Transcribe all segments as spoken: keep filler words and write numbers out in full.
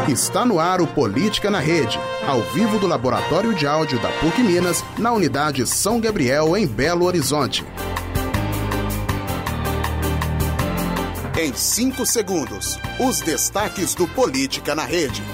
Está no ar o Política na Rede, ao vivo do Laboratório de Áudio da P U C Minas, na unidade São Gabriel, em Belo Horizonte. Em cinco segundos, os destaques do Política na Rede.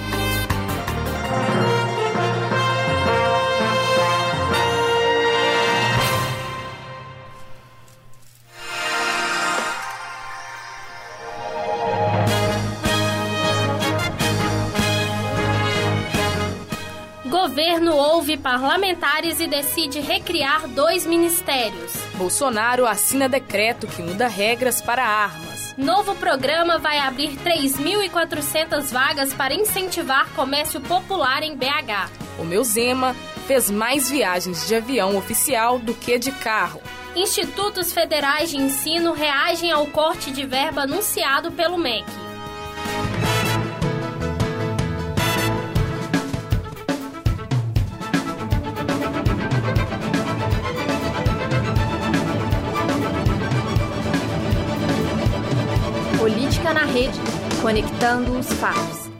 Governo ouve parlamentares e decide recriar dois ministérios. Bolsonaro assina decreto que muda regras para armas. Novo programa vai abrir três mil e quatrocentas vagas para incentivar comércio popular em B H. O Meu Zema fez mais viagens de avião oficial do que de carro. Institutos federais de ensino reagem ao corte de verba anunciado pelo M E C. Política na Rede, conectando os fatos.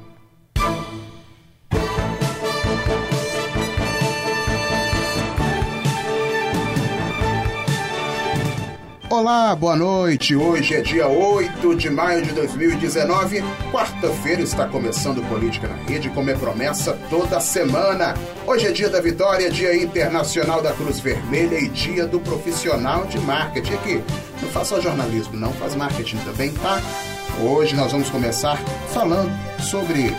Olá, boa noite. Hoje é dia oito de maio de dois mil e dezenove. Quarta-feira está começando Política na Rede, como é promessa toda semana. Hoje é dia da Vitória, dia internacional da Cruz Vermelha e dia do profissional de marketing. Aqui, não faz só jornalismo, não, faz marketing também, tá? Hoje nós vamos começar falando sobre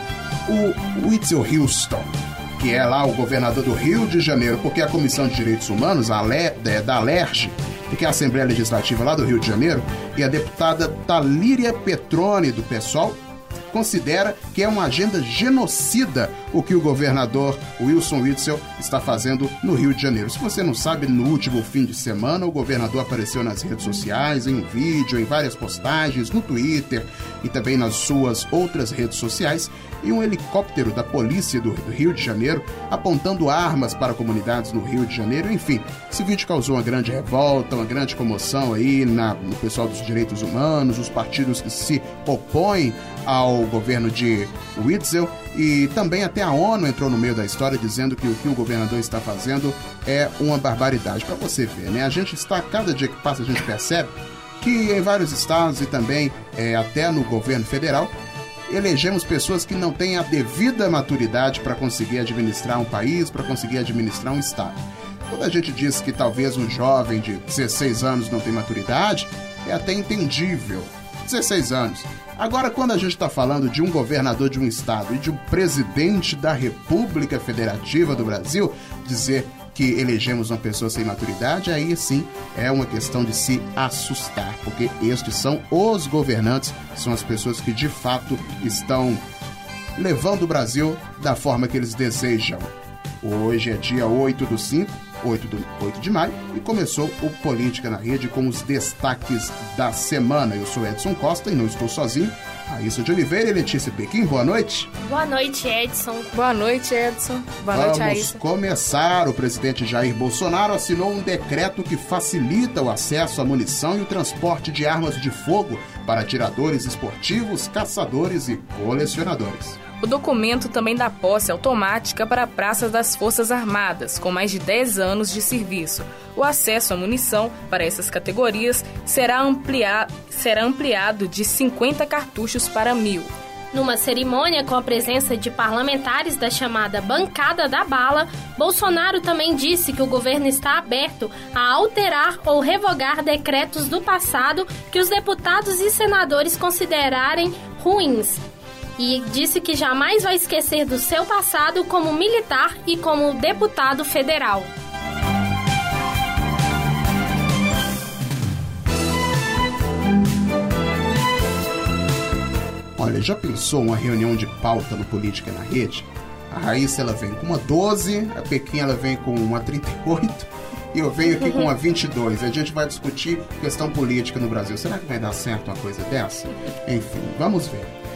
o Whitney Houston, que é lá o governador do Rio de Janeiro, porque a Comissão de Direitos Humanos, a Ale, da Alerj, que é a Assembleia Legislativa lá do Rio de Janeiro, e a deputada Talíria Petroni, do PSOL, considera que é uma agenda genocida o que o governador Wilson Witzel está fazendo no Rio de Janeiro. Se você não sabe, no último fim de semana, o governador apareceu nas redes sociais, em um vídeo, em várias postagens, no Twitter e também nas suas outras redes sociais, e um helicóptero da polícia do Rio de Janeiro apontando armas para comunidades no Rio de Janeiro. Enfim, esse vídeo causou uma grande revolta, uma grande comoção aí na, no pessoal dos direitos humanos, os partidos que se opõem ao governo de Witzel, e também até a ONU entrou no meio da história dizendo que o que o governador está fazendo é uma barbaridade. Para você ver, né? A gente está, cada dia que passa a gente percebe que em vários estados e também é, até no governo federal, elegemos pessoas que não têm a devida maturidade para conseguir administrar um país, para conseguir administrar um estado. Quando a gente diz que talvez um jovem de dezesseis anos não tem maturidade, é até entendível. dezesseis anos. Agora, quando a gente está falando de um governador de um estado e de um presidente da República Federativa do Brasil dizer que elegemos uma pessoa sem maturidade, aí sim é uma questão de se assustar, porque estes são os governantes, são as pessoas que de fato estão levando o Brasil da forma que eles desejam. Hoje é dia oito do cinco, oito de maio, e começou o Política na Rede com os destaques da semana. Eu sou Edson Costa e não estou sozinho. Raíssa de Oliveira e Letícia Pequim, boa noite. Boa noite, Edson. Boa noite, Edson. Boa Vamos noite, Raíssa. Vamos começar. O presidente Jair Bolsonaro assinou um decreto que facilita o acesso à munição e o transporte de armas de fogo para atiradores esportivos, caçadores e colecionadores. O documento também dá posse automática para praças das Forças Armadas, com mais de dez anos de serviço. O acesso à munição para essas categorias será, amplia... será ampliado de cinquenta cartuchos para mil. Numa cerimônia com a presença de parlamentares da chamada Bancada da Bala, Bolsonaro também disse que o governo está aberto a alterar ou revogar decretos do passado que os deputados e senadores considerarem ruins. E disse que jamais vai esquecer do seu passado como militar e como deputado federal. Olha, já pensou uma reunião de pauta no Política na Rede? A Raíssa, ela vem com uma doze, a Pequim, ela vem com uma trinta e oito, e eu venho aqui com uma vinte e dois. A gente vai discutir questão política no Brasil. Será que vai dar certo uma coisa dessa? Enfim, vamos ver.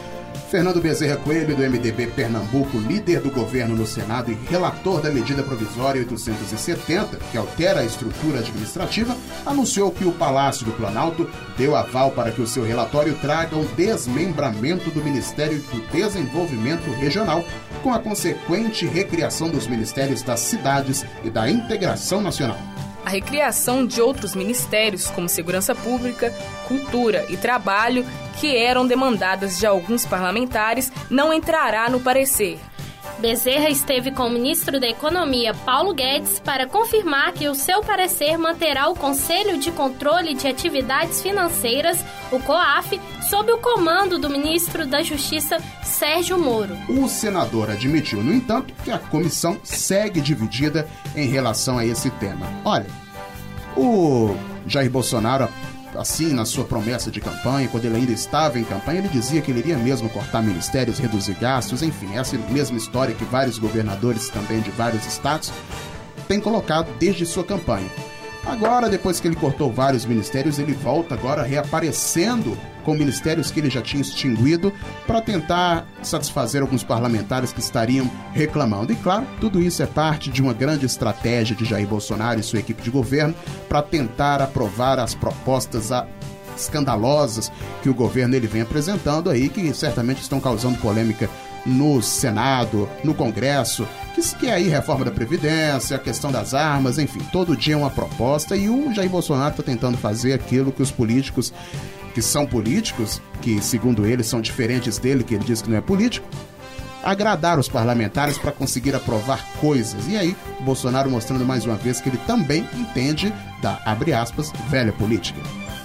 Fernando Bezerra Coelho, do M D B Pernambuco, líder do governo no Senado e relator da medida provisória oitocentos e setenta, que altera a estrutura administrativa, anunciou que o Palácio do Planalto deu aval para que o seu relatório traga o desmembramento do Ministério do Desenvolvimento Regional, com a consequente recriação dos ministérios das cidades e da integração nacional. A recriação de outros ministérios, como Segurança Pública, Cultura e Trabalho, que eram demandadas de alguns parlamentares, não entrará no parecer. Bezerra esteve com o ministro da Economia, Paulo Guedes, para confirmar que o seu parecer manterá o Conselho de Controle de Atividades Financeiras, o COAF, sob o comando do ministro da Justiça, Sérgio Moro. O senador admitiu, no entanto, que a comissão segue dividida em relação a esse tema. Olha, o Jair Bolsonaro, assim, na sua promessa de campanha, quando ele ainda estava em campanha, ele dizia que ele iria mesmo cortar ministérios, reduzir gastos, enfim, essa mesma história que vários governadores também de vários estados têm colocado desde sua campanha. Agora, depois que ele cortou vários ministérios, ele volta agora reaparecendo com ministérios que ele já tinha extinguido para tentar satisfazer alguns parlamentares que estariam reclamando. E claro, tudo isso é parte de uma grande estratégia de Jair Bolsonaro e sua equipe de governo para tentar aprovar as propostas escandalosas que o governo ele vem apresentando aí, que certamente estão causando polêmica no Senado, no Congresso, que, que é aí reforma da Previdência, a questão das armas, enfim, todo dia é uma proposta e o Jair Bolsonaro está tentando fazer aquilo que os políticos, que são políticos, que segundo ele são diferentes dele, que ele diz que não é político, agradar os parlamentares para conseguir aprovar coisas. E aí, Bolsonaro mostrando mais uma vez que ele também entende da, abre aspas, velha política.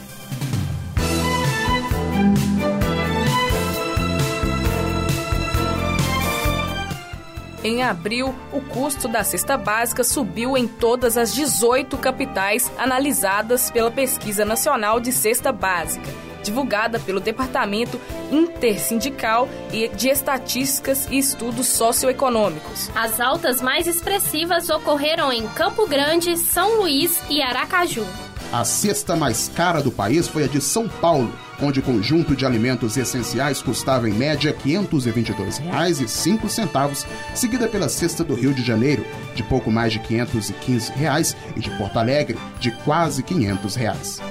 Em abril, o custo da cesta básica subiu em todas as dezoito capitais analisadas pela Pesquisa Nacional de Cesta Básica, divulgada pelo Departamento Intersindical de Estatísticas e Estudos Socioeconômicos. As altas mais expressivas ocorreram em Campo Grande, São Luís e Aracaju. A cesta mais cara do país foi a de São Paulo, onde o conjunto de alimentos essenciais custava em média quinhentos e vinte e dois reais e cinco centavos, seguida pela cesta do Rio de Janeiro, de pouco mais de quinhentos e quinze reais, e de Porto Alegre, de quase quinhentos reais.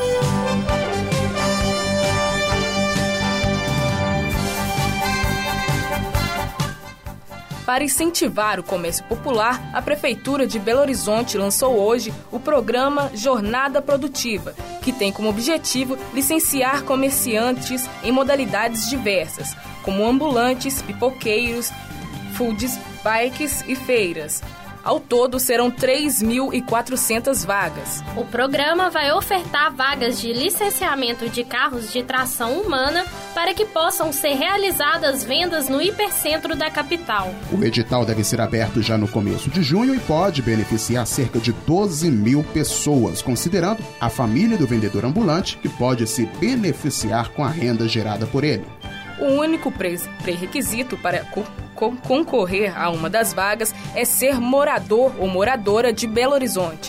Para incentivar o comércio popular, a Prefeitura de Belo Horizonte lançou hoje o programa Jornada Produtiva, que tem como objetivo licenciar comerciantes em modalidades diversas, como ambulantes, pipoqueiros, foods, bikes e feiras. Ao todo, serão três mil e quatrocentas vagas. O programa vai ofertar vagas de licenciamento de carros de tração humana para que possam ser realizadas vendas no hipercentro da capital. O edital deve ser aberto já no começo de junho e pode beneficiar cerca de doze mil pessoas, considerando a família do vendedor ambulante, que pode se beneficiar com a renda gerada por ele. O único pré-requisito para co- co- concorrer a uma das vagas é ser morador ou moradora de Belo Horizonte.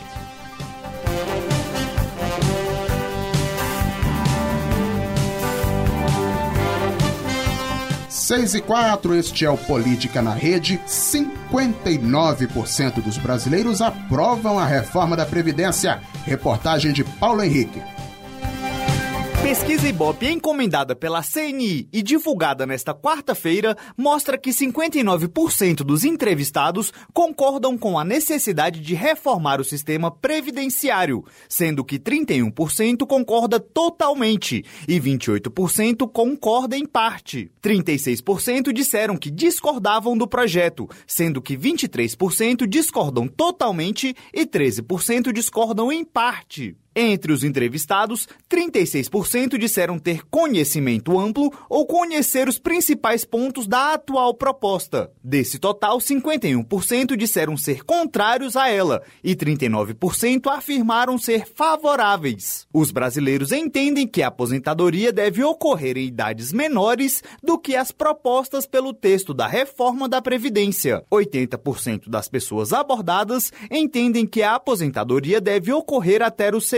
seis e quatro, este é o Política na Rede. cinquenta e nove por cento dos brasileiros aprovam a reforma da Previdência. Reportagem de Paulo Henrique. Pesquisa Ibope encomendada pela C N I e divulgada nesta quarta-feira mostra que cinquenta e nove por cento dos entrevistados concordam com a necessidade de reformar o sistema previdenciário, sendo que trinta e um por cento concorda totalmente e vinte e oito por cento concorda em parte. trinta e seis por cento disseram que discordavam do projeto, sendo que vinte e três por cento discordam totalmente e treze por cento discordam em parte. Entre os entrevistados, trinta e seis por cento disseram ter conhecimento amplo ou conhecer os principais pontos da atual proposta. Desse total, cinquenta e um por cento disseram ser contrários a ela e trinta e nove por cento afirmaram ser favoráveis. Os brasileiros entendem que a aposentadoria deve ocorrer em idades menores do que as propostas pelo texto da reforma da Previdência. oitenta por cento das pessoas abordadas entendem que a aposentadoria deve ocorrer até os sessenta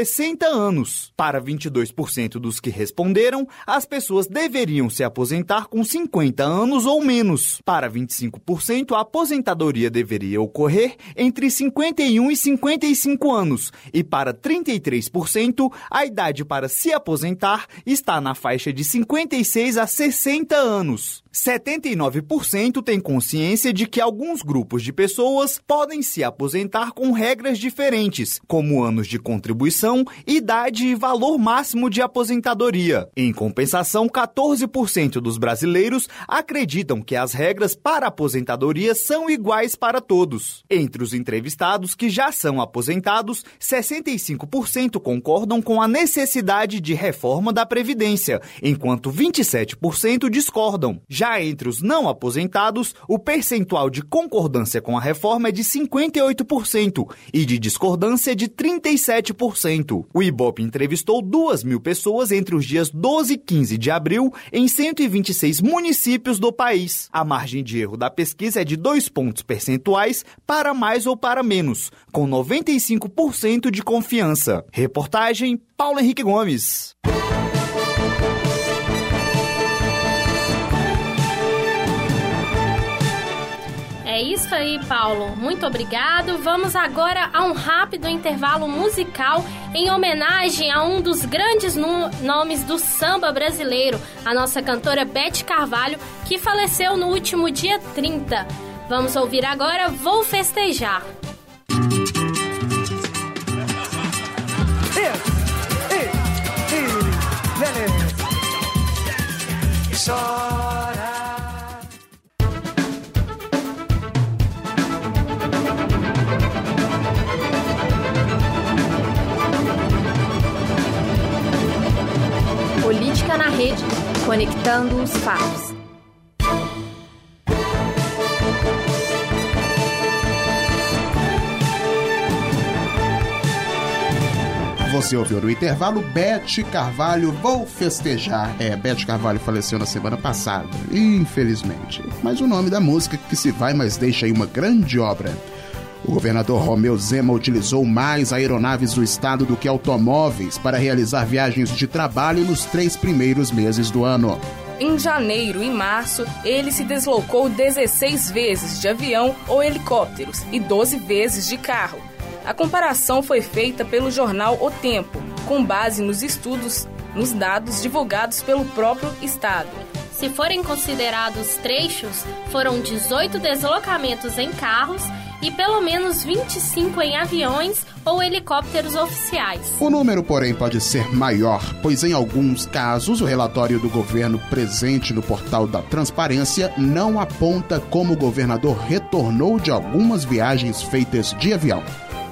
sessenta anos. Para vinte e dois por cento dos que responderam, as pessoas deveriam se aposentar com cinquenta anos ou menos. Para vinte e cinco por cento, a aposentadoria deveria ocorrer entre cinquenta e um e cinquenta e cinco anos. E para trinta e três por cento, a idade para se aposentar está na faixa de cinquenta e seis a sessenta anos. setenta e nove por cento tem consciência de que alguns grupos de pessoas podem se aposentar com regras diferentes, como anos de contribuição, idade e valor máximo de aposentadoria. Em compensação, quatorze por cento dos brasileiros acreditam que as regras para a aposentadoria são iguais para todos. Entre os entrevistados que já são aposentados, sessenta e cinco por cento concordam com a necessidade de reforma da Previdência, enquanto vinte e sete por cento discordam. Já entre os não aposentados, o percentual de concordância com a reforma é de cinquenta e oito por cento e de discordância de trinta e sete por cento. O Ibope entrevistou duas mil pessoas entre os dias doze e quinze de abril em cento e vinte e seis municípios do país. A margem de erro da pesquisa é de dois pontos percentuais para mais ou para menos, com noventa e cinco por cento de confiança. Reportagem Paulo Henrique Gomes. É isso aí, Paulo. Muito obrigado. Vamos agora a um rápido intervalo musical em homenagem a um dos grandes no- nomes do samba brasileiro, a nossa cantora Beth Carvalho, que faleceu no último dia trinta. Vamos ouvir agora Vou Festejar. Política na Rede, conectando os fatos. Você ouviu no intervalo Beth Carvalho, Vou Festejar. É, Beth Carvalho faleceu na semana passada, infelizmente. Mas o nome da música que se vai, mas deixa aí uma grande obra. O governador Romeu Zema utilizou mais aeronaves do estado do que automóveis para realizar viagens de trabalho nos três primeiros meses do ano. Em janeiro e março, ele se deslocou dezesseis vezes de avião ou helicópteros e doze vezes de carro. A comparação foi feita pelo jornal O Tempo, com base nos estudos, nos dados divulgados pelo próprio estado. Se forem considerados trechos, foram dezoito deslocamentos em carros e pelo menos vinte e cinco em aviões ou helicópteros oficiais. O número, porém, pode ser maior, pois em alguns casos o relatório do governo presente no portal da Transparência não aponta como o governador retornou de algumas viagens feitas de avião.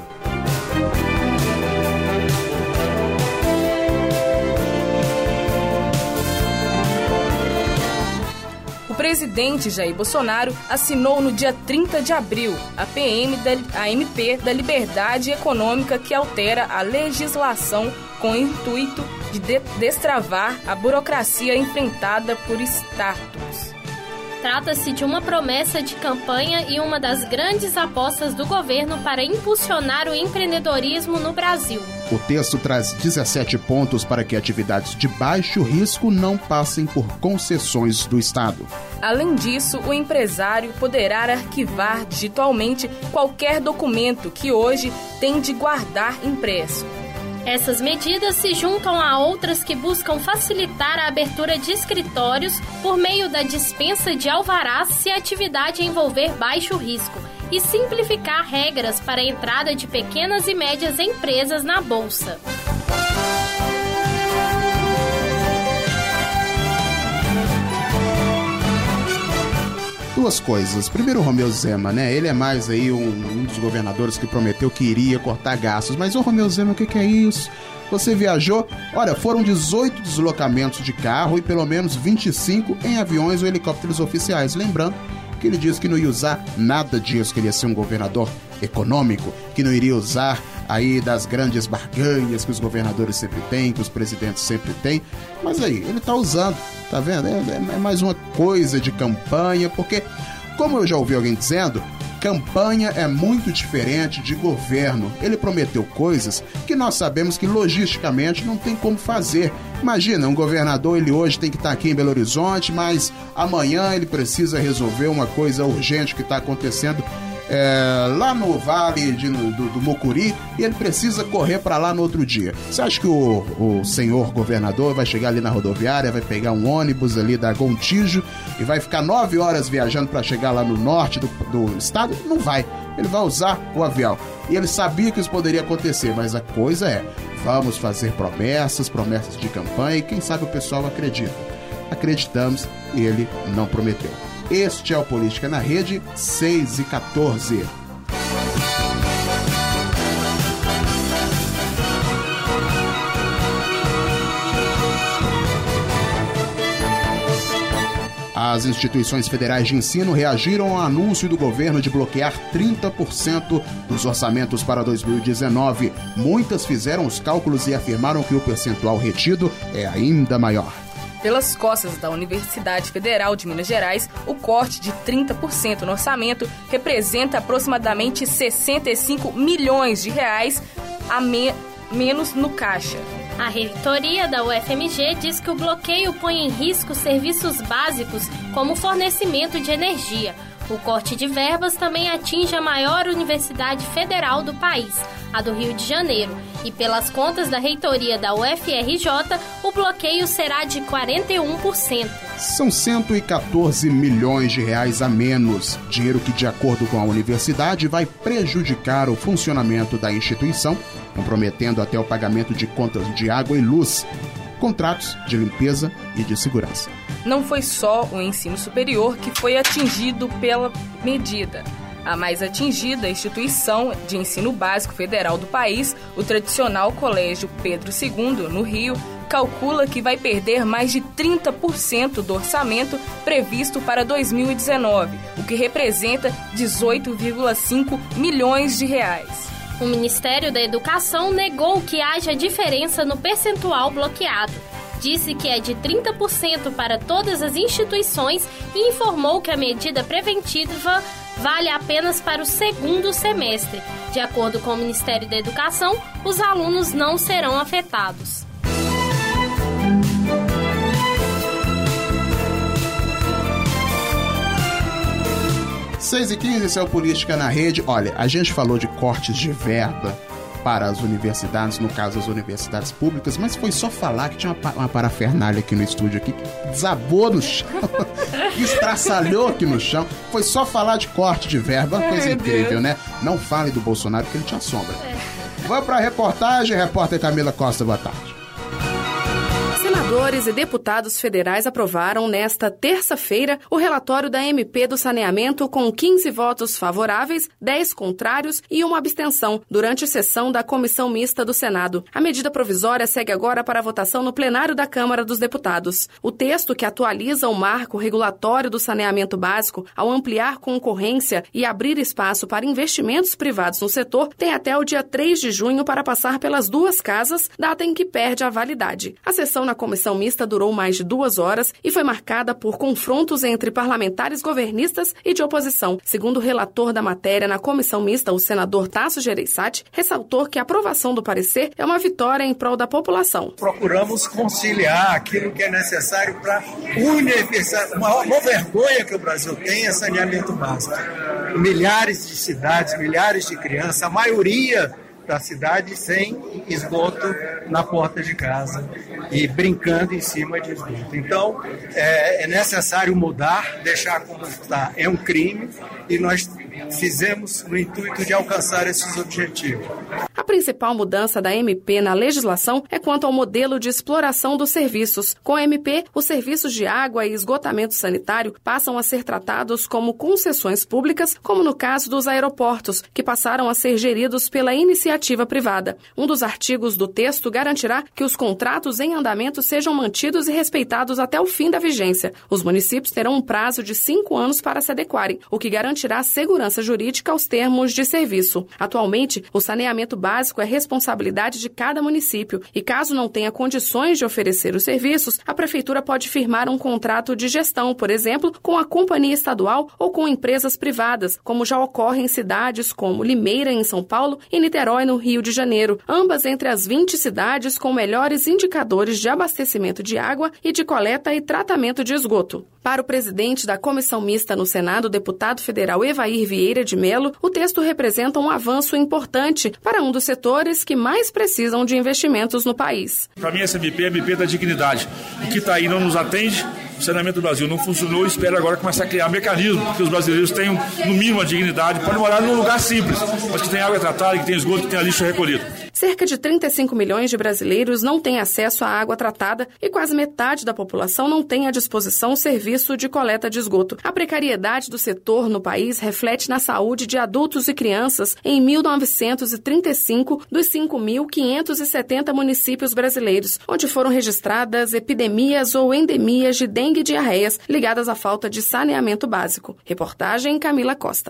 O presidente Jair Bolsonaro assinou no dia trinta de abril a P M da, a M P da Liberdade Econômica, que altera a legislação com o intuito de, de destravar a burocracia enfrentada por startups. Trata-se de uma promessa de campanha e uma das grandes apostas do governo para impulsionar o empreendedorismo no Brasil. O texto traz dezessete pontos para que atividades de baixo risco não passem por concessões do Estado. Além disso, o empresário poderá arquivar digitalmente qualquer documento que hoje tem de guardar impresso. Essas medidas se juntam a outras que buscam facilitar a abertura de escritórios por meio da dispensa de alvarás se a atividade envolver baixo risco e simplificar regras para a entrada de pequenas e médias empresas na Bolsa. Duas coisas. Primeiro, o Romeu Zema, né? Ele é mais aí um, um dos governadores que prometeu que iria cortar gastos. Mas, ô Romeu Zema, o que, que é isso? Você viajou? Olha, foram dezoito deslocamentos de carro e pelo menos vinte e cinco em aviões ou helicópteros oficiais. Lembrando que ele disse que não ia usar nada disso, que ele ia ser um governador econômico, que não iria usar aí das grandes barganhas que os governadores sempre têm, que os presidentes sempre têm. Mas aí, ele tá usando, tá vendo? É, é mais uma coisa de campanha, porque, como eu já ouvi alguém dizendo, Campanha é muito diferente de governo. Ele prometeu coisas que nós sabemos que logisticamente não tem como fazer. Imagina, um governador, ele hoje tem que estar aqui em Belo Horizonte, mas amanhã ele precisa resolver uma coisa urgente que está acontecendo É, lá no Vale de, do, do Mucuri, e ele precisa correr para lá no outro dia. Você acha que o, o senhor governador vai chegar ali na rodoviária, vai pegar um ônibus ali da Gontijo e vai ficar nove horas viajando para chegar lá no norte do, do estado? Não vai. Ele vai usar o avião. E ele sabia que isso poderia acontecer, mas a coisa é, vamos fazer promessas, promessas de campanha, e quem sabe o pessoal acredita. Acreditamos e ele não prometeu. Este é o Política na Rede, seis e quatorze. As instituições federais de ensino reagiram ao anúncio do governo de bloquear trinta por cento dos orçamentos para dois mil e dezenove. Muitas fizeram os cálculos e afirmaram que o percentual retido é ainda maior. Pelas costas da Universidade Federal de Minas Gerais, o corte de trinta por cento no orçamento representa aproximadamente sessenta e cinco milhões de reais a me- menos no caixa. A reitoria da U F M G diz que o bloqueio põe em risco serviços básicos como o fornecimento de energia. O corte de verbas também atinge a maior universidade federal do país, a do Rio de Janeiro. E pelas contas da reitoria da U F R J, o bloqueio será de quarenta e um por cento. São cento e quatorze milhões de reais a menos. Dinheiro que, de acordo com a universidade, vai prejudicar o funcionamento da instituição, comprometendo até o pagamento de contas de água e luz, contratos de limpeza e de segurança. Não foi só o ensino superior que foi atingido pela medida. A mais atingida instituição de ensino básico federal do país, o tradicional Colégio Pedro segundo, no Rio, calcula que vai perder mais de trinta por cento do orçamento previsto para dois mil e dezenove, o que representa dezoito vírgula cinco milhões de reais. O Ministério da Educação negou que haja diferença no percentual bloqueado. Disse que é de trinta por cento para todas as instituições e informou que a medida preventiva vale apenas para o segundo semestre. De acordo com o Ministério da Educação, os alunos não serão afetados. seis e quinze, esse é o Política na Rede. Olha, a gente falou de cortes de verba para as universidades, no caso as universidades públicas, mas foi só falar que tinha uma, uma parafernália aqui no estúdio aqui, que desabou no chão, estraçalhou aqui no chão. Foi só falar de corte de verba, uma coisa incrível, Deus. Né? Não fale do Bolsonaro porque ele te assombra. É. Vamos para a reportagem, repórter Camila Costa, boa tarde. Senadores e deputados federais aprovaram nesta terça-feira o relatório da M P do Saneamento com quinze votos favoráveis, dez contrários e uma abstenção durante a sessão da Comissão Mista do Senado. A medida provisória segue agora para a votação no plenário da Câmara dos Deputados. O texto, que atualiza o marco regulatório do saneamento básico ao ampliar concorrência e abrir espaço para investimentos privados no setor, tem até o dia três de junho para passar pelas duas casas, data em que perde a validade. A sessão na Comissão Mista durou mais de duas horas e foi marcada por confrontos entre parlamentares governistas e de oposição. Segundo o relator da matéria na Comissão Mista, o senador Tasso Gereissati, ressaltou que a aprovação do parecer é uma vitória em prol da população. Procuramos conciliar aquilo que é necessário para universalizar. Uma, uma vergonha que o Brasil tem é saneamento básico. Milhares de cidades, milhares de crianças, a maioria da cidade sem esgoto na porta de casa e brincando em cima de esgoto. Então, é, é necessário mudar, deixar como está. É um crime e nós fizemos no intuito de alcançar esses objetivos. A principal mudança da M P na legislação é quanto ao modelo de exploração dos serviços. Com a M P, os serviços de água e esgotamento sanitário passam a ser tratados como concessões públicas, como no caso dos aeroportos, que passaram a ser geridos pela iniciativa privada. Um dos artigos do texto garantirá que os contratos em andamento sejam mantidos e respeitados até o fim da vigência. Os municípios terão um prazo de cinco anos para se adequarem, o que garantirá segurança jurídica aos termos de serviço. Atualmente, o saneamento básico básico é responsabilidade de cada município e, caso não tenha condições de oferecer os serviços, a Prefeitura pode firmar um contrato de gestão, por exemplo, com a companhia estadual ou com empresas privadas, como já ocorre em cidades como Limeira, em São Paulo, e Niterói, no Rio de Janeiro, ambas entre as vinte cidades com melhores indicadores de abastecimento de água e de coleta e tratamento de esgoto. Para o presidente da Comissão Mista no Senado, deputado federal Evair Vieira de Mello, o texto representa um avanço importante para um dos setores que mais precisam de investimentos no país. Para mim, essa M P é a M P da dignidade. O que está aí não nos atende, o saneamento do Brasil não funcionou e espero agora começar a criar mecanismos para que os brasileiros tenham, no mínimo, a dignidade. Podem morar num lugar simples, mas que tem água tratada, que tem esgoto, que tem lixo recolhido. Cerca de trinta e cinco milhões de brasileiros não têm acesso à água tratada e quase metade da população não tem à disposição o serviço de coleta de esgoto. A precariedade do setor no país reflete na saúde de adultos e crianças em mil novecentos e trinta e cinco dos cinco mil quinhentos e setenta municípios brasileiros, onde foram registradas epidemias ou endemias de dengue e diarreias ligadas à falta de saneamento básico. Reportagem Camila Costa.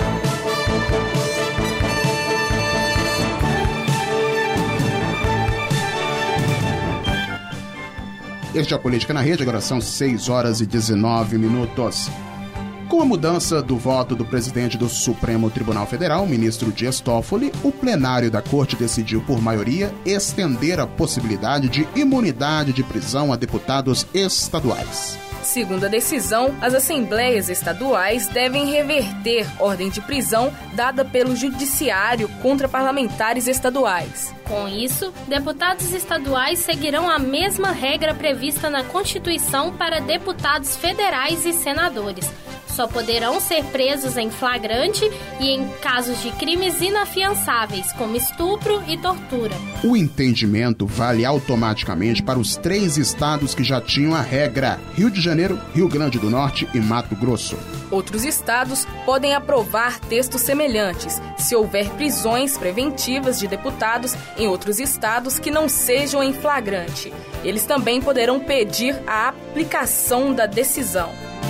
Este é a Política na Rede, agora são seis horas e dezenove minutos. Com a mudança do voto do presidente do Supremo Tribunal Federal, ministro Dias Toffoli, o plenário da Corte decidiu, por maioria, estender a possibilidade de imunidade de prisão a deputados estaduais. Segundo a decisão, as assembleias estaduais devem reverter ordem de prisão dada pelo Judiciário contra parlamentares estaduais. Com isso, deputados estaduais seguirão a mesma regra prevista na Constituição para deputados federais e senadores. Só poderão ser presos em flagrante e em casos de crimes inafiançáveis, como estupro e tortura. O entendimento vale automaticamente para os três estados que já tinham a regra: Rio de Janeiro, Rio Grande do Norte e Mato Grosso. Outros estados podem aprovar textos semelhantes, se houver prisões preventivas de deputados em outros estados que não sejam em flagrante. Eles também poderão pedir a aplicação da decisão.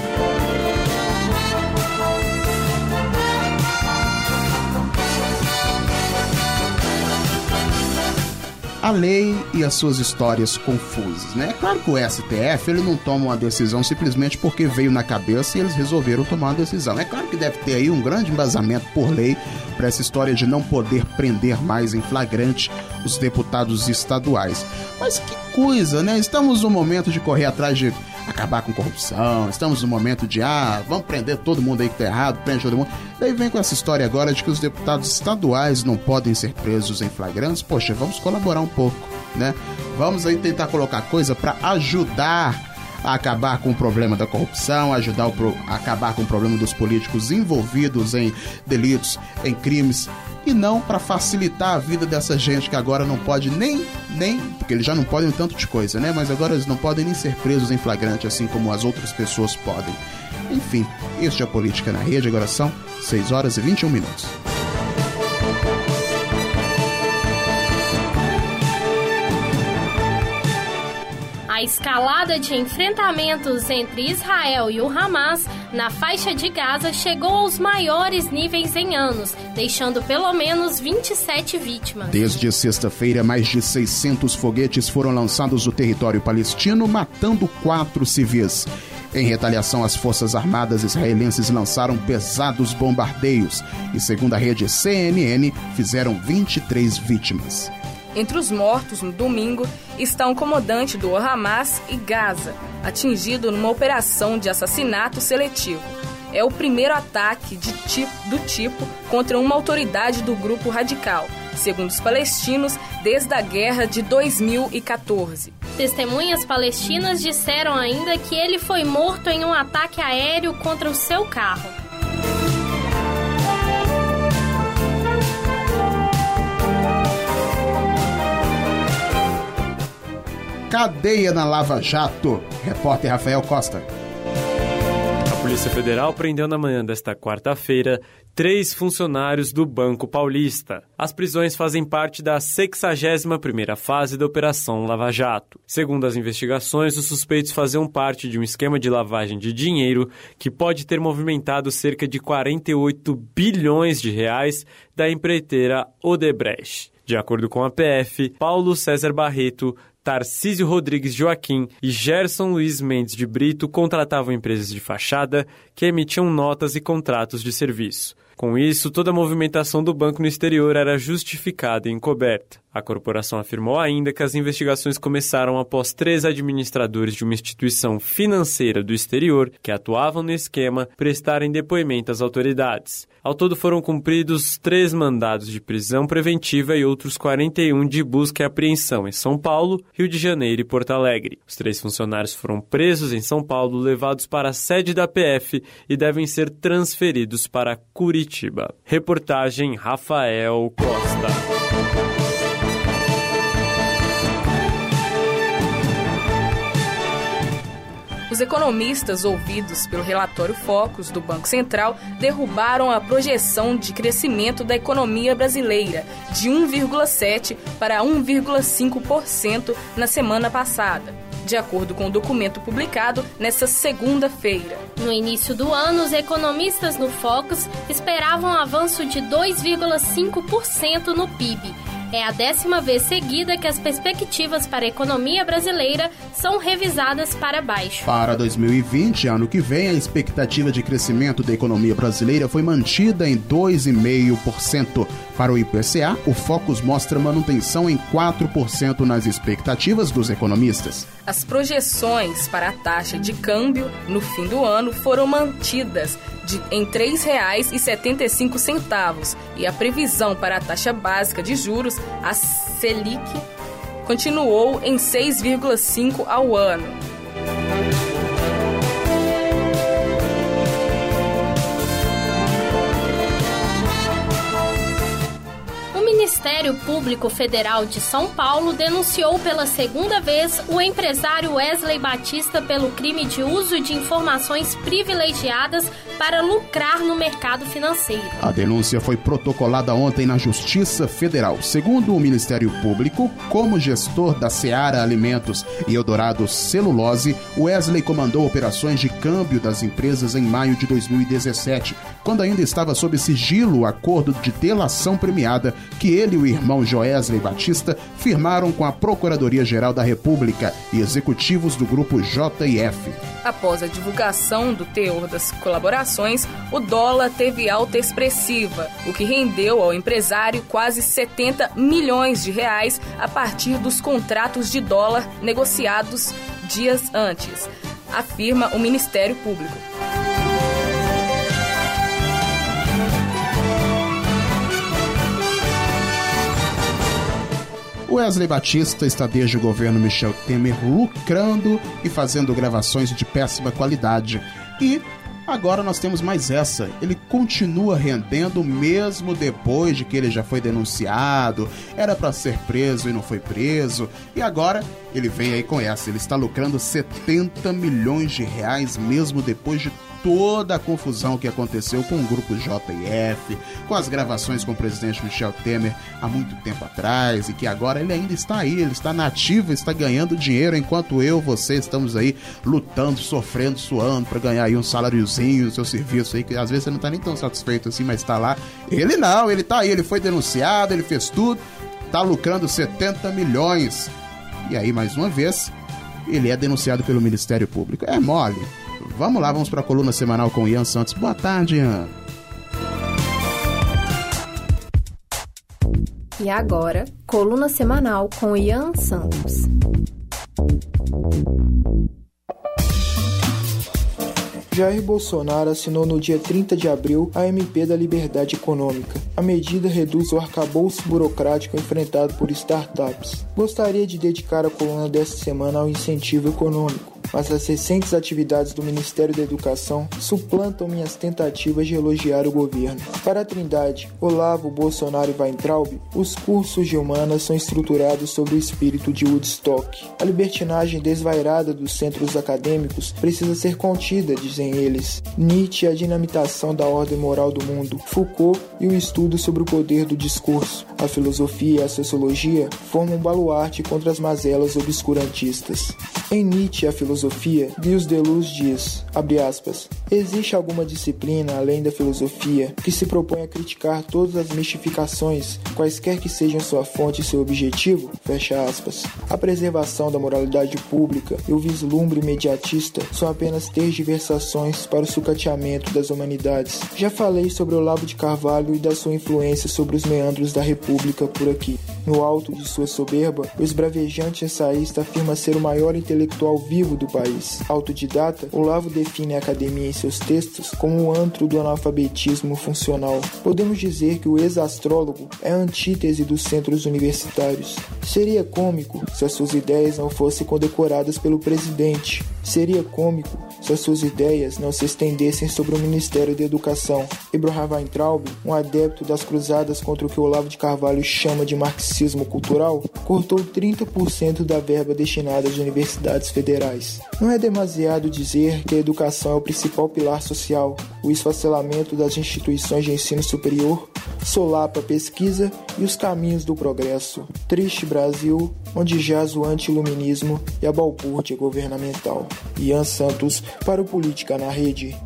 A lei e as suas histórias confusas, né? É claro que o S T F ele não toma uma decisão simplesmente porque veio na cabeça e eles resolveram tomar uma decisão. É claro que deve ter aí um grande embasamento por lei para essa história de não poder prender mais em flagrante os deputados estaduais. Mas que coisa, né? Estamos no momento de correr atrás de acabar com corrupção, estamos no momento de, ah, vamos prender todo mundo aí que tá errado, prende todo mundo. Daí vem com essa história agora de que os deputados estaduais não podem ser presos em flagrantes. Poxa, vamos colaborar um pouco, né? Vamos aí tentar colocar coisa para ajudar a acabar com o problema da corrupção, ajudar o, a acabar com o problema dos políticos envolvidos em delitos, em crimes, e não para facilitar a vida dessa gente que agora não pode nem, nem, porque eles já não podem tanto de coisa, né? Mas agora eles não podem nem ser presos em flagrante, assim como as outras pessoas podem. Enfim, este é a Política na Rede, agora são seis horas e vinte e um minutos. A escalada de enfrentamentos entre Israel e o Hamas na faixa de Gaza chegou aos maiores níveis em anos, deixando pelo menos vinte e sete vítimas. Desde sexta-feira, mais de seiscentos foguetes foram lançados no território palestino, matando quatro civis. Em retaliação, as Forças Armadas israelenses lançaram pesados bombardeios e, segundo a rede C N N, fizeram vinte e três vítimas. Entre os mortos, no domingo, está um comandante do Hamas e Gaza, atingido numa operação de assassinato seletivo. É o primeiro ataque de tipo, do tipo contra uma autoridade do grupo radical, segundo os palestinos, desde a guerra de dois mil e catorze. Testemunhas palestinas disseram ainda que ele foi morto em um ataque aéreo contra o seu carro. Cadeia na Lava Jato. Repórter Rafael Costa. A Polícia Federal prendeu na manhã desta quarta-feira três funcionários do Banco Paulista. As prisões fazem parte da sexagésima primeira fase da Operação Lava Jato. Segundo as investigações, os suspeitos faziam parte de um esquema de lavagem de dinheiro que pode ter movimentado cerca de quarenta e oito bilhões de reais da empreiteira Odebrecht. De acordo com a P F, Paulo César Barreto, Tarcísio Rodrigues Joaquim e Gerson Luiz Mendes de Brito contratavam empresas de fachada que emitiam notas e contratos de serviço. Com isso, toda a movimentação do banco no exterior era justificada e encoberta. A corporação afirmou ainda que as investigações começaram após três administradores de uma instituição financeira do exterior que atuavam no esquema prestarem depoimento às autoridades. Ao todo foram cumpridos três mandados de prisão preventiva e outros quarenta e um de busca e apreensão em São Paulo, Rio de Janeiro e Porto Alegre. Os três funcionários foram presos em São Paulo, levados para a sede da P F e devem ser transferidos para Curitiba. Reportagem Rafael Costa. Os economistas ouvidos pelo relatório Focus do Banco Central derrubaram a projeção de crescimento da economia brasileira de um vírgula sete por cento para um vírgula cinco por cento na semana passada, de acordo com o documento publicado nesta segunda-feira. No início do ano, os economistas no Focus esperavam um avanço de dois vírgula cinco por cento no P I B. É a décima vez seguida que as perspectivas para a economia brasileira são revisadas para baixo. Para dois mil e vinte, ano que vem, a expectativa de crescimento da economia brasileira foi mantida em dois vírgula cinco por cento. Para o I P C A, o Focus mostra manutenção em quatro por cento nas expectativas dos economistas. As projeções para a taxa de câmbio no fim do ano foram mantidas de, em três reais e setenta e cinco centavos e a previsão para a taxa básica de juros, a Selic, continuou em seis vírgula cinco por cento ao ano. O Ministério Público Federal de São Paulo denunciou pela segunda vez o empresário Wesley Batista pelo crime de uso de informações privilegiadas para lucrar no mercado financeiro. A denúncia foi protocolada ontem na Justiça Federal. Segundo o Ministério Público, como gestor da Seara Alimentos e Eldorado Celulose, Wesley comandou operações de câmbio das empresas em maio de dois mil e dezessete, quando ainda estava sob sigilo o acordo de delação premiada que ele e o irmão Joesley Batista firmaram com a Procuradoria-Geral da República e executivos do grupo J e F. Após a divulgação do teor das colaborações, o dólar teve alta expressiva, o que rendeu ao empresário quase setenta milhões de reais a partir dos contratos de dólar negociados dias antes, afirma o Ministério Público. Wesley Batista está desde o governo Michel Temer lucrando e fazendo gravações de péssima qualidade. E agora nós temos mais essa. Ele continua rendendo mesmo depois de que ele já foi denunciado, era para ser preso e não foi preso. E agora ele vem aí com essa. Ele está lucrando setenta milhões de reais mesmo depois de toda a confusão que aconteceu com o grupo J e F, com as gravações com o presidente Michel Temer há muito tempo atrás, e que agora ele ainda está aí, ele está na ativa, está ganhando dinheiro, enquanto eu, você, estamos aí lutando, sofrendo, suando para ganhar aí um saláriozinho, seu serviço aí, que às vezes você não está nem tão satisfeito assim, mas está lá. Ele não, ele está aí, ele foi denunciado, ele fez tudo, está lucrando setenta milhões. E aí, mais uma vez, ele é denunciado pelo Ministério Público. É mole. Vamos lá, vamos para a coluna semanal com o Ian Santos. Boa tarde, Ian. E agora, coluna semanal com o Ian Santos. Jair Bolsonaro assinou no dia trinta de abril a M P da Liberdade Econômica. A medida reduz o arcabouço burocrático enfrentado por startups. Gostaria de dedicar a coluna desta semana ao incentivo econômico, mas as recentes atividades do Ministério da Educação suplantam minhas tentativas de elogiar o governo. Para a Trindade, Olavo, Bolsonaro e Weintraub, os cursos de humanas são estruturados sobre o espírito de Woodstock. A libertinagem desvairada dos centros acadêmicos precisa ser contida, dizem eles. Nietzsche e a dinamitação da ordem moral do mundo, Foucault e o estudo sobre o poder do discurso. A filosofia e a sociologia formam um baluarte contra as mazelas obscurantistas. Em Nietzsche, a filosofia filosofia, Gilles Deleuze diz, abre aspas, existe alguma disciplina além da filosofia que se propõe a criticar todas as mistificações, quaisquer que sejam sua fonte e seu objetivo? Fecha aspas. A preservação da moralidade pública e o vislumbre imediatista são apenas tergiversações para o sucateamento das humanidades. Já falei sobre Olavo de Carvalho e da sua influência sobre os meandros da República por aqui. No alto de sua soberba, o esbravejante ensaísta afirma ser o maior intelectual vivo do país. Autodidata, Olavo define a academia em seus textos como o antro do analfabetismo funcional. Podemos dizer que o ex-astrólogo é a antítese dos centros universitários. Seria cômico se as suas ideias não fossem condecoradas pelo presidente. Seria cômico se as suas ideias não se estendessem sobre o Ministério da Educação. Abraham Weintraub, um adepto das cruzadas contra o que Olavo de Carvalho chama de marxismo cultural, cortou trinta por cento da verba destinada às universidades federais. Não é demasiado dizer que a educação é o principal pilar social. O esfacelamento das instituições de ensino superior solapa a pesquisa e os caminhos do progresso. Triste Brasil, onde jaz o anti-iluminismo e a balbúrdia governamental. Ian Santos, para o Política na Rede.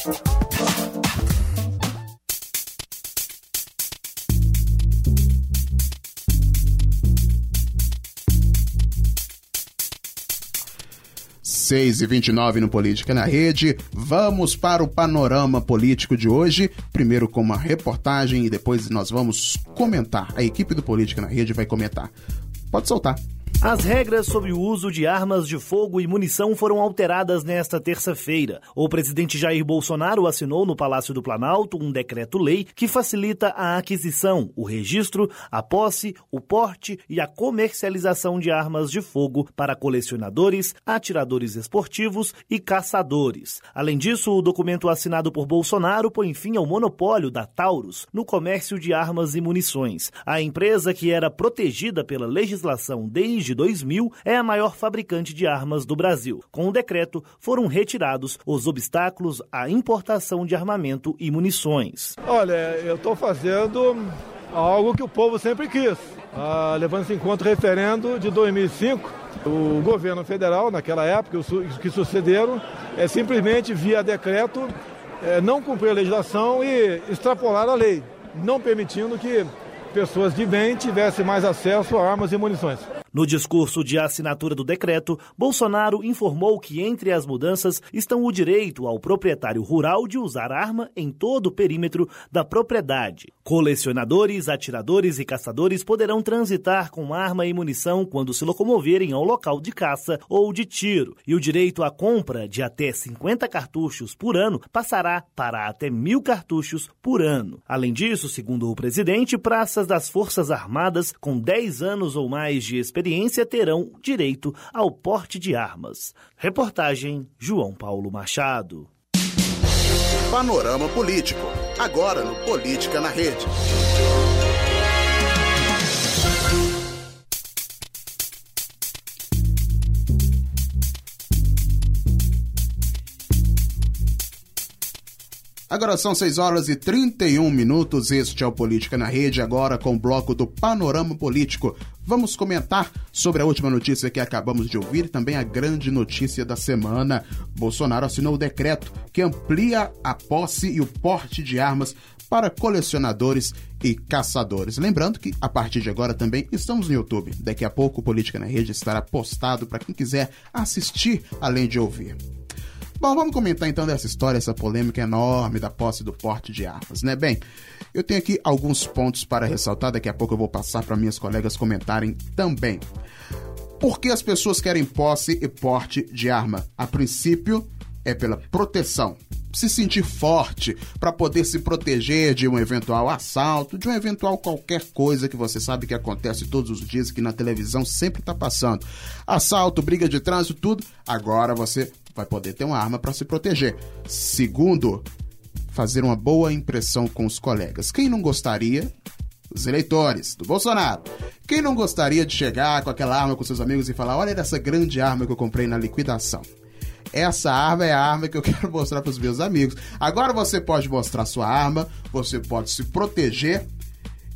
seis e vinte e nove no Política na Rede. Vamos para o panorama político de hoje. Primeiro com uma reportagem e depois nós vamos comentar. A equipe do Política na Rede vai comentar. Pode soltar. As regras sobre o uso de armas de fogo e munição foram alteradas nesta terça-feira. O presidente Jair Bolsonaro assinou no Palácio do Planalto um decreto-lei que facilita a aquisição, o registro, a posse, o porte e a comercialização de armas de fogo para colecionadores, atiradores esportivos e caçadores. Além disso, o documento assinado por Bolsonaro põe fim ao monopólio da Taurus no comércio de armas e munições. A empresa, que era protegida pela legislação desde dois mil, é a maior fabricante de armas do Brasil. Com o decreto, foram retirados os obstáculos à importação de armamento e munições. Olha, eu estou fazendo algo que o povo sempre quis. Ah, levando-se em conta o referendo de dois mil e cinco, o governo federal, naquela época, os que sucederam, é simplesmente, via decreto, é, não cumprir a legislação e extrapolar a lei, não permitindo que pessoas de bem tivessem mais acesso a armas e munições. No discurso de assinatura do decreto, Bolsonaro informou que entre as mudanças estão o direito ao proprietário rural de usar arma em todo o perímetro da propriedade. Colecionadores, atiradores e caçadores poderão transitar com arma e munição quando se locomoverem ao local de caça ou de tiro, e o direito à compra de até cinquenta cartuchos por ano passará para até mil cartuchos por ano. Além disso, segundo o presidente, praças das Forças Armadas com dez anos ou mais de experiência experiência terão direito ao porte de armas. Reportagem João Paulo Machado. Panorama Político, agora no Política na Rede. Agora são seis horas e trinta e um minutos, este é o Política na Rede, agora com o bloco do Panorama Político. Vamos comentar sobre a última notícia que acabamos de ouvir, também a grande notícia da semana. Bolsonaro assinou o decreto que amplia a posse e o porte de armas para colecionadores e caçadores. Lembrando que, a partir de agora, também estamos no YouTube. Daqui a pouco o Política na Rede estará postado para quem quiser assistir, além de ouvir. Bom, vamos comentar então dessa história, essa polêmica enorme da posse e do porte de armas, né? Bem, eu tenho aqui alguns pontos para ressaltar, daqui a pouco eu vou passar para minhas colegas comentarem também. Por que as pessoas querem posse e porte de arma? A princípio, é pela proteção. Se sentir forte para poder se proteger de um eventual assalto, de um eventual qualquer coisa que você sabe que acontece todos os dias, que na televisão sempre está passando. Assalto, briga de trânsito, tudo. Agora você vai poder ter uma arma para se proteger. Segundo, fazer uma boa impressão com os colegas. Quem não gostaria, os eleitores do Bolsonaro, quem não gostaria de chegar com aquela arma com seus amigos e falar, olha essa grande arma que eu comprei na liquidação. Essa arma é a arma que eu quero mostrar para os meus amigos. Agora você pode mostrar sua arma, você pode se proteger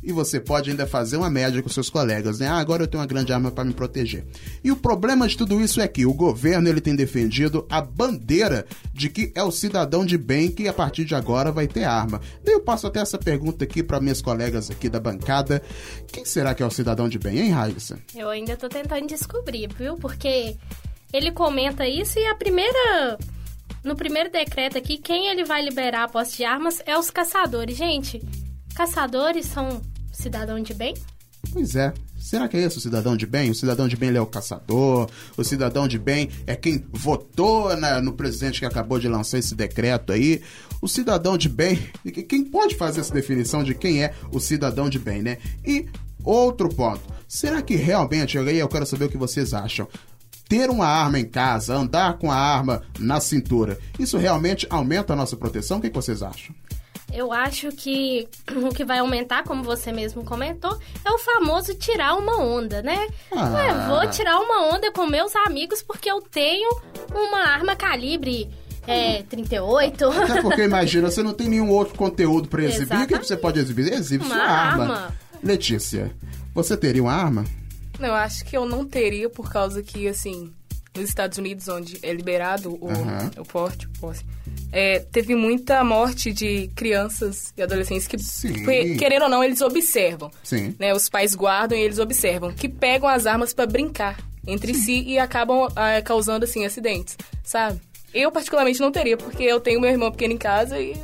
e você pode ainda fazer uma média com seus colegas, né? Ah, agora eu tenho uma grande arma para me proteger. E o problema de tudo isso é que o governo ele tem defendido a bandeira de que é o cidadão de bem que a partir de agora vai ter arma. Daí eu passo até essa pergunta aqui para minhas colegas aqui da bancada. Quem será que é o cidadão de bem, hein, Raíssa? Eu ainda tô tentando descobrir, viu? Porque ele comenta isso e a primeira... No primeiro decreto aqui, quem ele vai liberar a posse de armas é os caçadores. Gente, caçadores são cidadão de bem? Pois é. Será que é esse o cidadão de bem? O cidadão de bem ele é o caçador? O cidadão de bem é quem votou na, no presidente que acabou de lançar esse decreto aí? O cidadão de bem... Quem pode fazer essa definição de quem é o cidadão de bem, né? E outro ponto. Será que realmente... Aí eu quero saber o que vocês acham. Ter uma arma em casa, andar com a arma na cintura, isso realmente aumenta a nossa proteção? O que vocês acham? Eu acho que o que vai aumentar, como você mesmo comentou, é o famoso tirar uma onda, né? Ah. Ué, vou tirar uma onda com meus amigos porque eu tenho uma arma calibre é, trinta e oito. Até porque, imagina, você não tem nenhum outro conteúdo para exibir. Exatamente. O que você pode exibir? Exibe uma sua arma. arma. Letícia, você teria uma arma? Não, eu acho que eu não teria por causa que, assim, nos Estados Unidos, onde é liberado o, uhum. o porte, o posse, é, teve muita morte de crianças e adolescentes que, que, querendo ou não, eles observam. Sim. Né, os pais guardam e eles observam, que pegam as armas para brincar entre Sim. si e acabam ah, causando, assim, acidentes, sabe? Eu, particularmente, não teria, porque eu tenho meu irmão pequeno em casa e...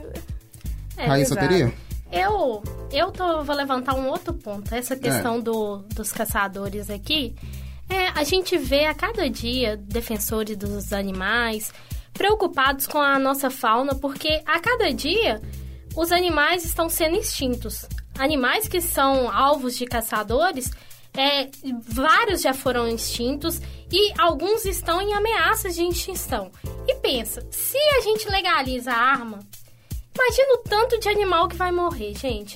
É, Raíssa teria? Eu, eu tô, vou levantar um outro ponto. Essa questão é. do, dos caçadores aqui. É, a gente vê a cada dia defensores dos animais preocupados com a nossa fauna, porque a cada dia os animais estão sendo extintos. Animais que são alvos de caçadores, é, vários já foram extintos e alguns estão em ameaças de extinção. E pensa, se a gente legaliza a arma... Imagina o tanto de animal que vai morrer, gente.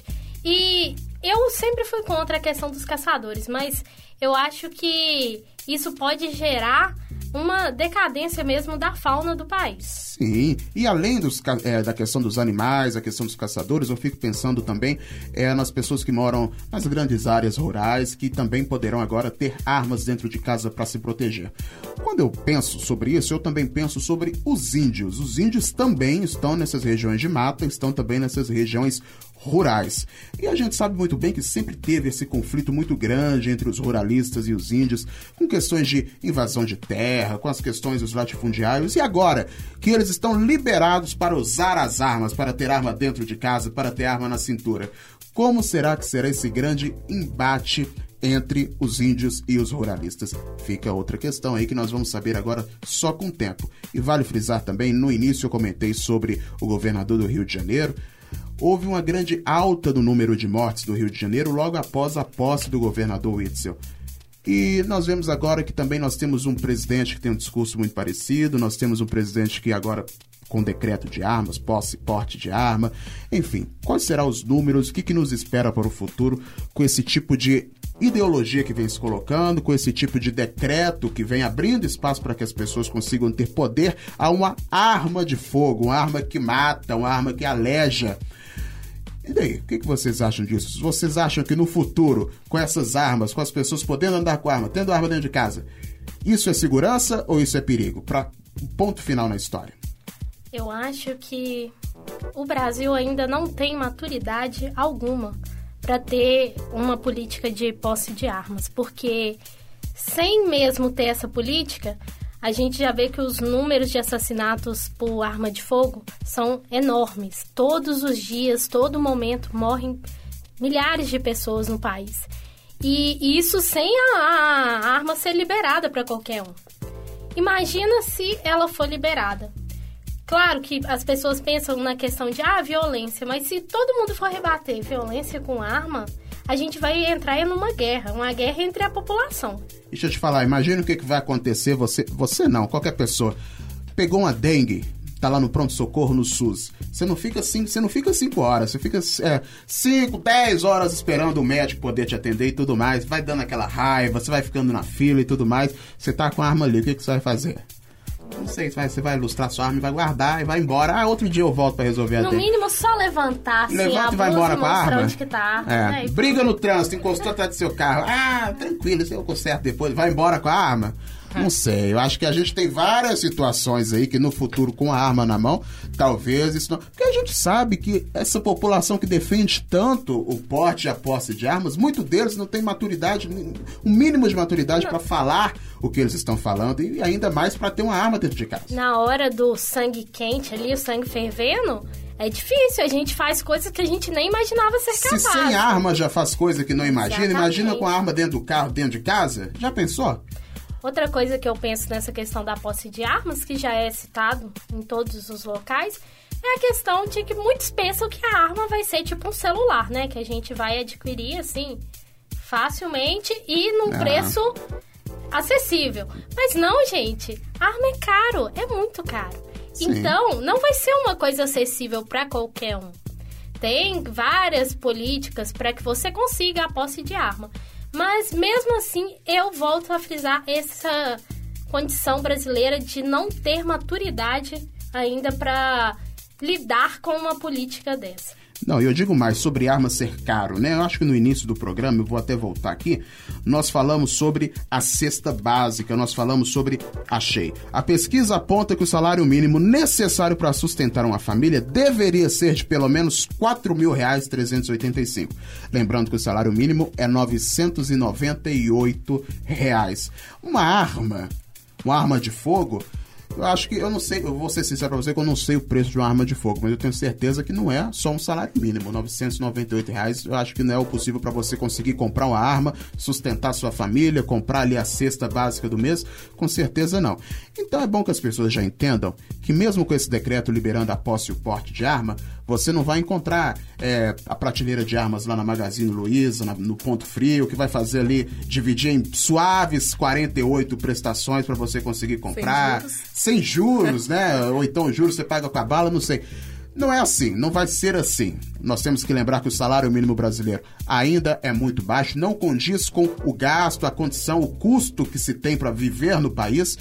E eu sempre fui contra a questão dos caçadores, mas eu acho que isso pode gerar uma decadência mesmo da fauna do país. Sim, e além dos, é, da questão dos animais, a questão dos caçadores, eu fico pensando também é, nas pessoas que moram nas grandes áreas rurais, que também poderão agora ter armas dentro de casa para se proteger. Quando eu penso sobre isso, eu também penso sobre os índios. Os índios também estão nessas regiões de mata, estão também nessas regiões rurais. E a gente sabe muito bem que sempre teve esse conflito muito grande entre os ruralistas e os índios, com questões de invasão de terra, com as questões dos latifundiários, e agora que eles estão liberados para usar as armas, para ter arma dentro de casa, para ter arma na cintura. Como será que será esse grande embate entre os índios e os ruralistas? Fica outra questão aí que nós vamos saber agora só com o tempo. E vale frisar também, no início eu comentei sobre o governador do Rio de Janeiro. Houve uma grande alta no número de mortes do Rio de Janeiro logo após a posse do governador Witzel. E nós vemos agora que também nós temos um presidente que tem um discurso muito parecido, nós temos um presidente que agora com decreto de armas, posse e porte de arma, enfim, quais serão os números, o que, que nos espera para o futuro com esse tipo de ideologia que vem se colocando, com esse tipo de decreto que vem abrindo espaço para que as pessoas consigam ter poder a uma arma de fogo, uma arma que mata, uma arma que aleja. E daí, o que, que vocês acham disso? Vocês acham que no futuro, com essas armas, com as pessoas podendo andar com arma, tendo arma dentro de casa, isso é segurança ou isso é perigo? Para ponto final na história. Eu acho que o Brasil ainda não tem maturidade alguma para ter uma política de posse de armas, porque sem mesmo ter essa política, a gente já vê que os números de assassinatos por arma de fogo são enormes. Todos os dias, todo momento, morrem milhares de pessoas no país. E isso sem a, a arma ser liberada para qualquer um. Imagina se ela for liberada. Claro que as pessoas pensam na questão de ah, violência, mas se todo mundo for rebater violência com arma, a gente vai entrar em uma guerra, uma guerra entre a população. Deixa eu te falar, imagina o que, que vai acontecer, você, você não, qualquer pessoa, pegou uma dengue, tá lá no pronto-socorro, no SUS, você não fica cinco, você não fica cinco horas, você fica é, cinco, dez horas esperando o médico poder te atender e tudo mais, vai dando aquela raiva, você vai ficando na fila e tudo mais, você tá com a arma ali, o que, que você vai fazer? Não sei, você vai, você vai ilustrar sua arma e vai guardar e vai embora. Ah, outro dia eu volto pra resolver a No mínimo, só levantar, assim, Levanta a e vai blusa embora e com a mostrar arma. onde que tá. É. É, Briga no trânsito, encostou atrás do seu carro. Ah, tranquilo, isso eu conserto depois. Vai embora com a arma. Não sei, eu acho que a gente tem várias situações aí que no futuro, com a arma na mão, talvez isso não... Porque a gente sabe que essa população que defende tanto o porte e a posse de armas, muitos deles não tem maturidade, um mínimo de maturidade para falar o que eles estão falando e ainda mais para ter uma arma dentro de casa. Na hora do sangue quente ali, o sangue fervendo, é difícil. A gente faz coisas que a gente nem imaginava ser capaz. Se sem arma já faz coisa que não imagina, Exatamente. Imagina com a arma dentro do carro, dentro de casa? Já pensou? Outra coisa que eu penso nessa questão da posse de armas, que já é citado em todos os locais, é a questão de que muitos pensam que a arma vai ser tipo um celular, né? Que a gente vai adquirir, assim, facilmente e num Ah. preço acessível. Mas não, gente. A arma é caro, é muito caro. Sim. Então, não vai ser uma coisa acessível para qualquer um. Tem várias políticas para que você consiga a posse de arma. Mas, mesmo assim, eu volto a frisar essa condição brasileira de não ter maturidade ainda para lidar com uma política dessa. Não, eu digo mais sobre arma ser caro, né? Eu acho que no início do programa, eu vou até voltar aqui, nós falamos sobre a cesta básica, nós falamos sobre a S H E I. A pesquisa aponta que o salário mínimo necessário para sustentar uma família deveria ser de pelo menos quatro mil reais trezentos e oitenta e cinco. Lembrando que o salário mínimo é novecentos e noventa e oito reais. Uma arma, uma arma de fogo... Eu acho que, eu não sei, eu vou ser sincero pra você que eu não sei o preço de uma arma de fogo, mas eu tenho certeza que não é só um salário mínimo, novecentos e noventa e oito reais, eu acho que não é o possível para você conseguir comprar uma arma, sustentar sua família, comprar ali a cesta básica do mês, com certeza não. Então é bom que as pessoas já entendam que mesmo com esse decreto liberando a posse e o porte de arma, você não vai encontrar é, a prateleira de armas lá na Magazine Luiza, na, no Ponto Frio, que vai fazer ali, dividir em suaves quarenta e oito prestações para você conseguir comprar. Sem juros. Sem juros, né? Ou então juros você paga com a bala, não sei. Não é assim, não vai ser assim. Nós temos que lembrar que o salário mínimo brasileiro ainda é muito baixo, não condiz com o gasto, a condição, o custo que se tem para viver no país.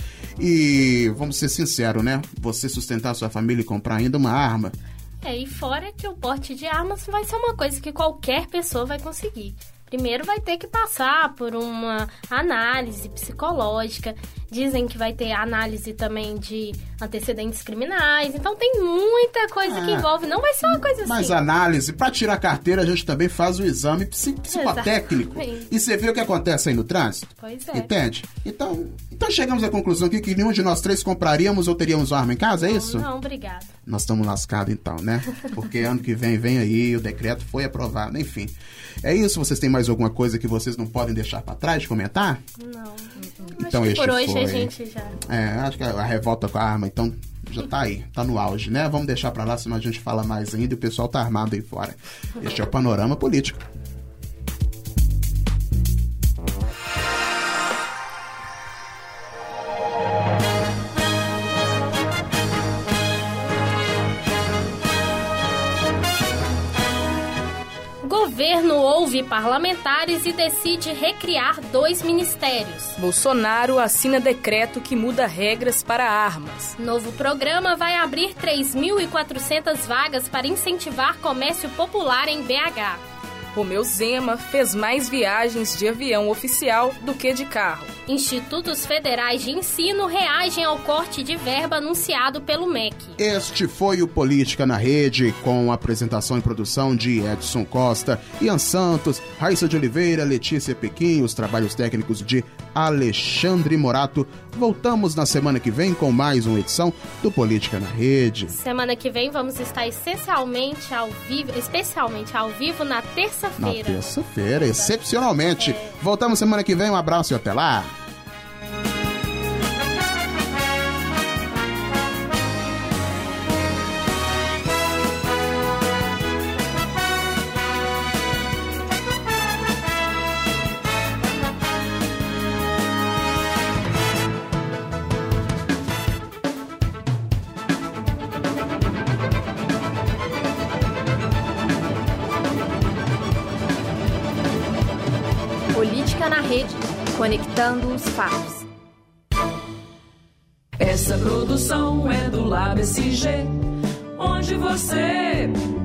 E vamos ser sinceros, né? Você sustentar a sua família e comprar ainda uma arma. É, e fora que o porte de armas vai ser uma coisa que qualquer pessoa vai conseguir. Primeiro vai ter que passar por uma análise psicológica. Dizem que vai ter análise também de antecedentes criminais. Então tem muita coisa Ah, que envolve. Não vai ser uma coisa Mas assim. análise, para tirar carteira, a gente também faz o exame psi- psicotécnico. Exatamente. E você vê o que acontece aí no trânsito? Pois é. Entende? Então, então chegamos à conclusão aqui que nenhum de nós três compraríamos ou teríamos uma arma em casa, é isso? Não, obrigada. Nós estamos lascados então, né? Porque ano que vem, vem aí, o decreto foi aprovado, enfim. É isso? Vocês têm mais alguma coisa que vocês não podem deixar para trás de comentar? Não. Então Acho que este por hoje foi. a gente já... É, acho que a, a revolta com a arma, então, já tá aí, tá no auge, né? Vamos deixar pra lá, senão a gente fala mais ainda e o pessoal tá armado aí fora. Este é o Panorama Político. Governo ouve parlamentares e decide recriar dois ministérios. Bolsonaro assina decreto que muda regras para armas. Novo programa vai abrir três mil e quatrocentas vagas para incentivar comércio popular em B H. Romeu Zema fez mais viagens de avião oficial do que de carro. Institutos Federais de Ensino reagem ao corte de verba anunciado pelo M E C. Este foi o Política na Rede, com a apresentação e produção de Edson Costa, Ian Santos, Raíssa de Oliveira, Letícia Pequim, os trabalhos técnicos de Alexandre Morato. Voltamos na semana que vem com mais uma edição do Política na Rede. Semana que vem vamos estar essencialmente ao vivo, especialmente ao vivo na Na terça-feira. terça-feira, excepcionalmente. Voltamos semana que vem, um abraço e até lá. Política na Rede, conectando os fatos. É Essa produção é do Lab S G, onde você